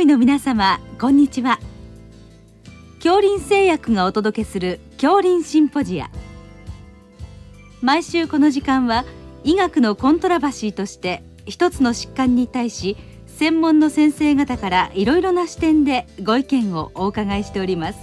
の皆様、こんにちは。杏林製薬がお届けする杏林シンポジア。毎週この時間は医学のコントラバシーとして一つの疾患に対し専門の先生方からいろいろな視点でご意見をお伺いしております。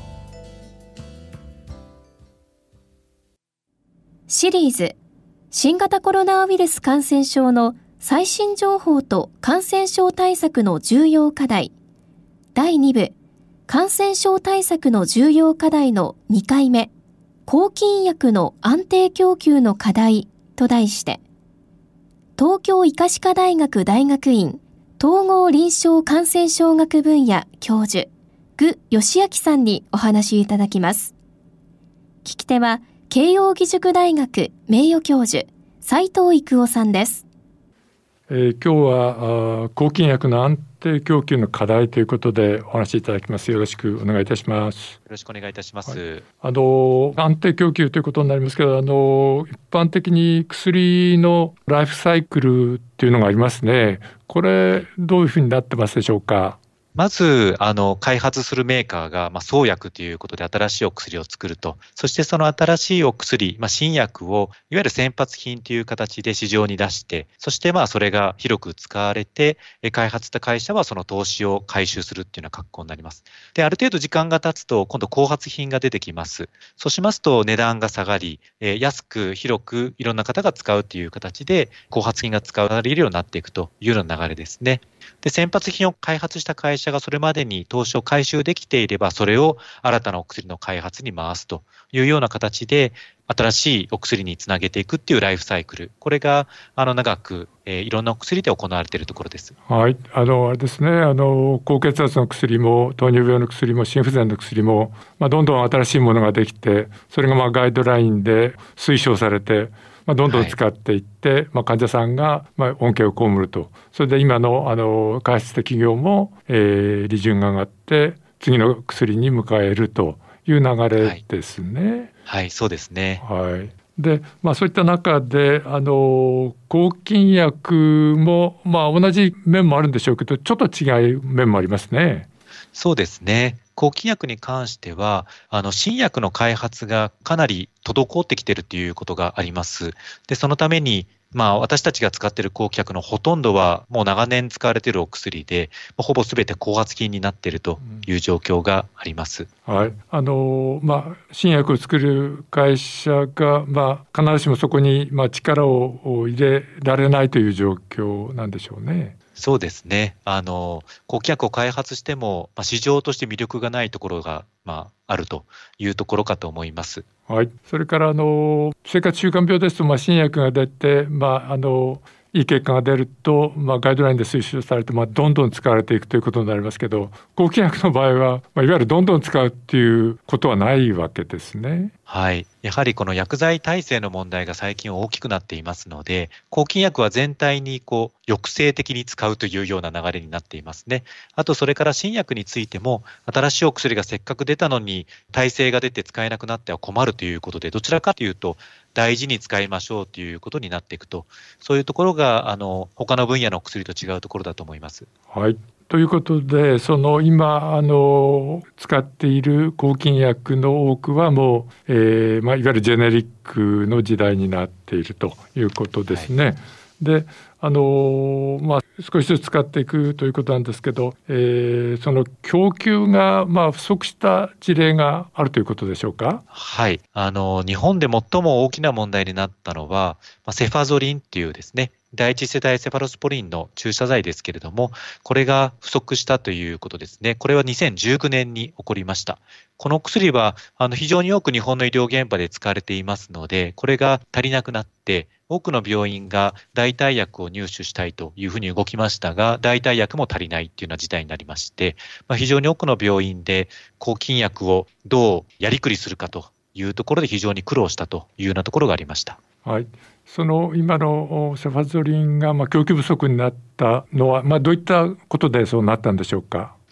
シリーズ新型コロナウイルス感染症の最新情報と感染症対策の重要課題第2部感染症対策の重要課題の2回目抗菌薬の安定供給の課題と題して東京医科歯科大学大学院統合臨床感染症学分野教授具義明さんにお話しいただきます。聞き手は慶應義塾大学名誉教授斉藤育夫さんです。 今日は抗菌薬の安定供給の課題ということでお話しいただきます。よろしくお願いいたします。 よろしくお願いいたします。 安定供給ということになりますけど、一般的に薬のライフサイクルっていうのがありますね。これどういうふうになってますでしょうか。 まず開発するメーカーが、創薬ということで新しいお薬を作ると。そしてその新しいお薬、新薬をいわゆる先発品という形で市場に出して、そしてそれが広く使われて、開発した会社はその投資を回収するっていうような格好になります。で、ある程度時間が経つと今度後発品が出てきます。そうしますと値段が下がり、安く広くいろんな方が使うという形で後発品が使われるようになっていくというような流れですね。で、先発品を開発した会社がそれまでに投資を回収できていれば、それを新たなお薬の開発に回すというような形で、新しいお薬につなげていくっていうライフサイクル。これが、長く、いろんなお薬で行われているところです。 はい。あれですね。高血圧の薬も、糖尿病の薬も、心不全の薬も、どんどん新しいものができて、それがガイドラインで推奨されて、どんどん使っていって、患者さんが恩恵を被ると。それで今の開発した企業も、利潤が上がって次の薬に迎えるという流れですね。 はい、そうですね。 はい。で、そういった中で抗菌薬も同じ面もあるんでしょうけど、ちょっと違う面もありますね。 そうですね。抗菌薬に関しては、新薬の開発がかなり滞ってきているということがあります。で、そのために、私たちが使っている抗菌薬のほとんどはもう長年使われているお薬で、ほぼ全て後発品になっているという状況があります。 はい。新薬を作る会社が、必ずしもそこに、力を入れられないという状況なんでしょうね。 そうですね。抗菌薬を開発しても、市場として魅力がないところが、あるというところかと思います。 はい。それから生活習慣病ですと、新薬が出て、いい結果が出ると、ガイドラインで推奨されて、どんどん使われていくということになりますけど、抗菌薬の場合は、いわゆるどんどん使うっていうことはないわけですね。 はい。やはりこの薬剤耐性の問題が最近大きくなっていますので、抗菌薬は全体に抑制的に使うというような流れになっていますね。あとそれから新薬についても、新しいお薬がせっかく出たのに耐性が出て使えなくなっては困るということで、どちらかというと大事に使いましょうということになっていくと、そういうところが他の分野の薬と違うところだと思います。 はい。ということで、今使っている抗菌薬の多くはもう、いわゆるジェネリックの時代になっているということですね。はい、で、少しずつ使っていくということなんですけど、その供給が不足した事例があるということでしょうか。 はい。日本で最も大きな問題になったのは、セファゾリンっていうですね、第一世代セファロスポリンの注射剤ですけれども、これが不足したということですね。これは2019年に起こりました。この薬は非常に多く日本の医療現場で使われていますので、これが足りなくなって、多くの病院が代替薬を入手したいというふうに動きましたが、代替薬も足りないというような事態になりまして、非常に多くの病院で抗菌薬をどうやりくりするかというところで非常に苦労したというようなところがありました。 はい。今のセファゾリンが供給不足になったのは、どういったことでそうなったんでしょうか。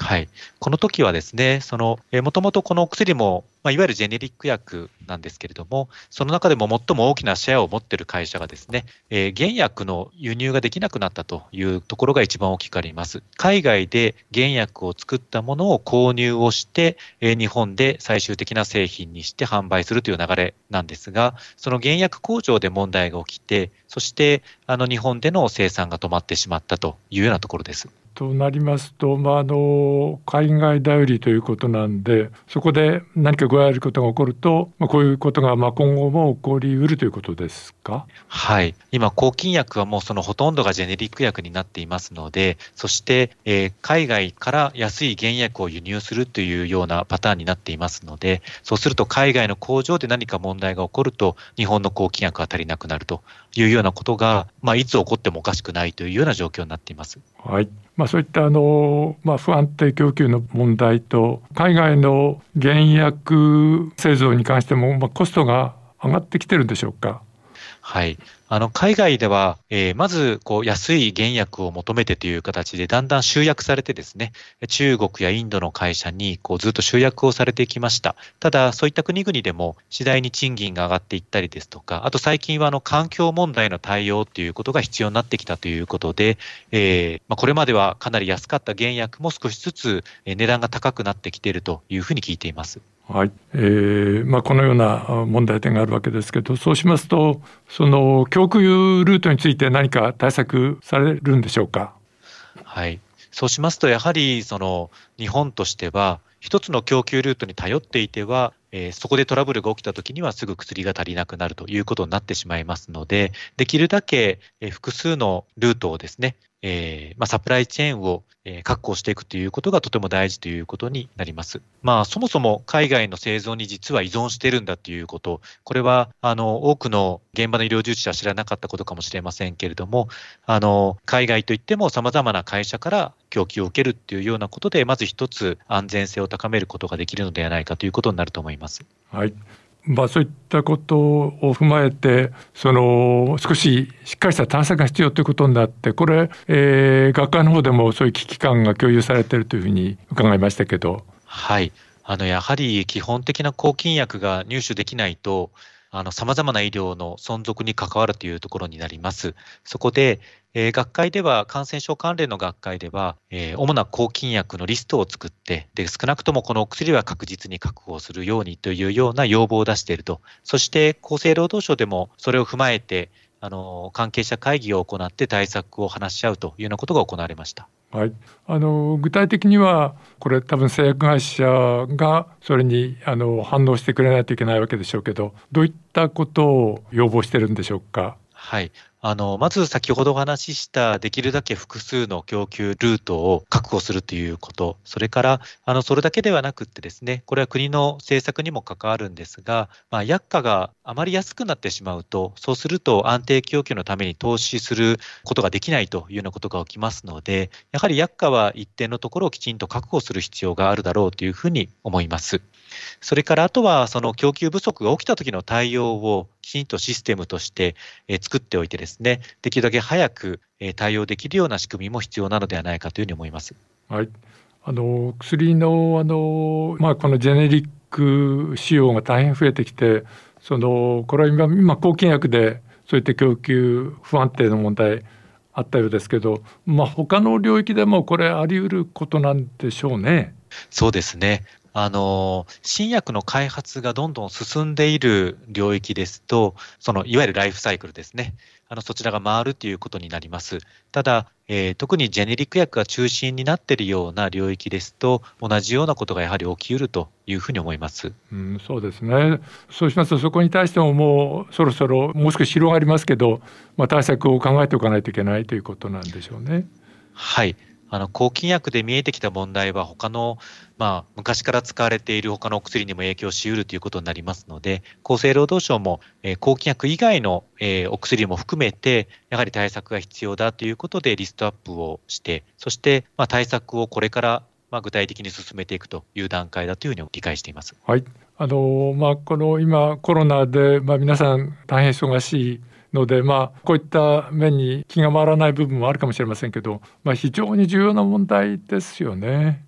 はい。この時はですね、もともとこのお薬も、いわゆるジェネリック薬なんですけれども、その中でも最も大きなシェアを持っている会社がですね、原薬の輸入ができなくなったというところが一番大きくあります。海外で原薬を作ったものを購入をして、日本で最終的な製品にして販売するという流れなんですが、その原薬工場で問題が起きて、そして日本での生産が止まってしまったというようなところです。 となりますと、海外頼りということなんで、そこで何か具合悪いことが起こると、こういうことが今後も起こりうるということですか？ はい。今、抗菌薬はもうそのほとんどがジェネリック薬になっていますので、そして、海外から安い原薬を輸入するというようなパターンになっていますので、そうすると海外の工場で何か問題が起こると、日本の抗菌薬が足りなくなるというようなことが、いつ起こってもおかしくないというような状況になっています。 はい。そういった不安定供給の問題と、海外の原薬製造に関しても、コストが上がってきてるんでしょうか？ はい。海外では、まず、安い原薬を求めてという形で、だんだん集約されてですね、中国やインドの会社に、ずっと集約をされてきました。ただ、そういった国々でも、次第に賃金が上がっていったりですとか、あと最近は、環境問題の対応ということが必要になってきたということで、これまではかなり安かった原薬も少しずつ、値段が高くなってきているというふうに聞いています。 はい。このような問題点があるわけですけど、そうしますと、その供給ルートについて何か対策されるんでしょうか？ はい。そうしますと、やはり日本としては、一つの供給ルートに頼っていては、そこでトラブルが起きたときにはすぐ薬が足りなくなるということになってしまいますので、できるだけ複数のルートをですね、サプライチェーンを確保していくということがとても大事ということになります。そもそも海外の製造に実は依存しているんだということ、これは多くの現場の医療従事者は知らなかったことかもしれませんけれども、海外といっても様々な会社から供給を受けるっていうようなことで、まず一つ安全性を高めることができるのではないかということになると思います。 はい。そういったことを踏まえて、少ししっかりした対策が必要ということになって、これ、学会の方でもそういう危機感が共有されているというふうに伺いましたけど。 はい。やはり基本的な抗菌薬が入手できないと、様々な医療の存続に関わるというところになります。そこで、学会では、感染症関連の学会では、主な抗菌薬のリストを作って、で、少なくともこのお薬は確実に確保するようにというような要望を出していると。そして、厚生労働省でもそれを踏まえて、関係者会議を行って対策を話し合うというようなことが行われました。 はい。具体的には、これ多分製薬会社がそれに反応してくれないといけないわけでしょうけど、どういったことを要望してるんでしょうか？ はい。まず先ほどお話ししたできるだけ複数の供給ルートを確保するということ、それから、それだけではなくってですね、これは国の政策にも関わるんですが、薬価があまり安くなってしまうと、そうすると安定供給のために投資することができないというようなことが起きますので、やはり薬価は一定のところをきちんと確保する必要があるだろうというふうに思います。それからあとはその供給不足が起きた時の対応をきちんとシステムとして作っておいてですね、できるだけ早く対応できるような仕組みも必要なのではないかというふうに思います。 はい。薬のこのジェネリック使用が大変増えてきて、これは今抗菌薬でそういった供給不安定の問題あったようですけど、他の領域でもこれあり得ることなんでしょうね。 そうですね。新薬の開発がどんどん進んでいる領域ですと、いわゆるライフサイクルですね。そちらが回るということになります。ただ、特にジェネリック薬が中心になっているような領域ですと、同じようなことがやはり起きうるというふうに思います。 そうですね。そうしますと、そこに対してももうそろそろもう少し広がりますけど、対策を考えておかないといけないということなんでしょうね。 はい。抗菌薬で見えてきた問題は他の、昔から使われている他のお薬にも影響しうるということになりますので、厚生労働省も、抗菌薬以外の、お薬も含めて、やはり対策が必要だということでリストアップをして、そして、対策をこれから具体的に進めていくという段階だというふうに理解しています。 はい。この今コロナで、皆さん大変忙しいので、こういった面に気が回らない部分もあるかもしれませんけど、非常に重要な問題ですよね。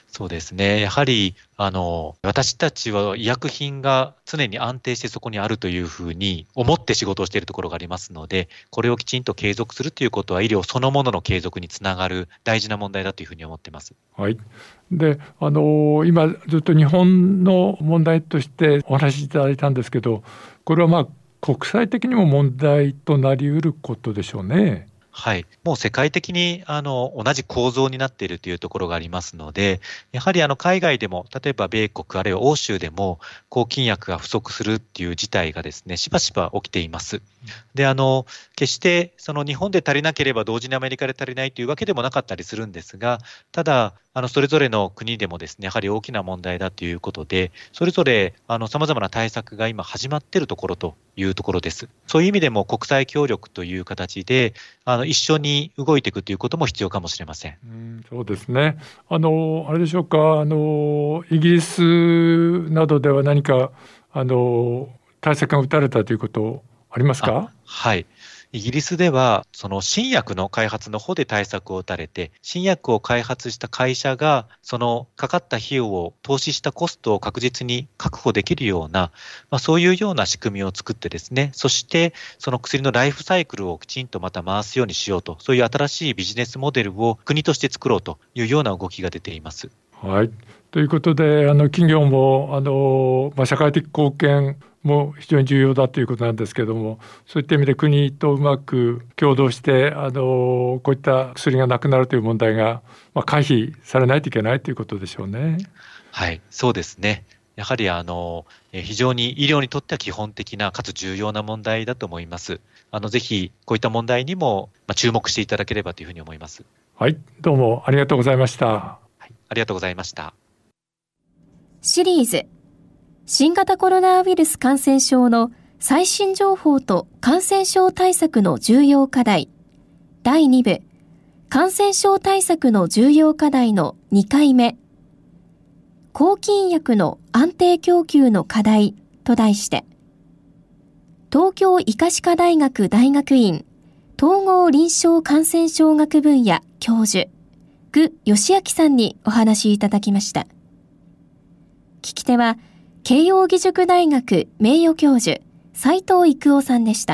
そうですね。やはり、私たちは医薬品が常に安定してそこにあるというふうに思って仕事をしているところがありますので、これをきちんと継続するということは医療そのものの継続につながる大事な問題だというふうに思っています。 はい。で、今ずっと日本の問題としてお話しいただいたんですけど、これは国際的にも問題となり得ることでしょうね。 はい。もう世界的に同じ構造になっているというところがありますので、やはり海外でも、例えば米国あるいは欧州でも抗菌薬が不足するっていう事態がですね、しばしば起きています。で、決してその日本で足りなければ同時にアメリカで足りないというわけでもなかったりするんですが、ただ、それぞれの国でもですね、やはり大きな問題だということで、それぞれ様々な対策が今始まっているところというところです。そういう意味でも国際協力という形で、一緒に動いていくということも必要かもしれません。 そうですね。あれでしょうか、イギリスなどでは何か対策が打たれたということありますか？ はい。イギリスでは、その新薬の開発の方で対策を打たれて、新薬を開発した会社が、そのかかった費用を投資したコストを確実に確保できるような、そういうような仕組みを作ってですね、そしてその薬のライフサイクルをきちんとまた回すようにしようと、そういう新しいビジネスモデルを国として作ろうというような動きが出ています。 はい。ということで、企業も社会的貢献も非常に重要だということなんですけれども、そういった意味で国とうまく共同してこういった薬がなくなるという問題が、回避されないといけないということでしょうね。 はい、そうですね。やはり非常に医療にとっては基本的なかつ重要な問題だと思います。ぜひこういった問題にも注目していただければというふうに思います。 はい、どうもありがとうございました。 はい、ありがとうございました。 シリーズ新型コロナウイルス感染症の最新情報と感染症対策の重要課題第2部感染症対策の重要課題の2回目抗菌薬の安定供給の課題と題して、東京医科歯科大学大学院統合臨床感染症学分野教授具義明さんにお話いただきました。聞き手は慶應義塾大学名誉教授斉藤育夫さんでした。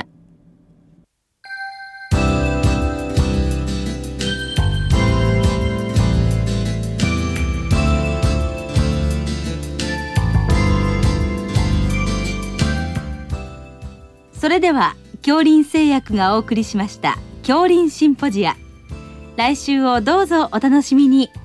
それでは京林製薬がお送りしました京林シンポジア、来週をどうぞお楽しみに。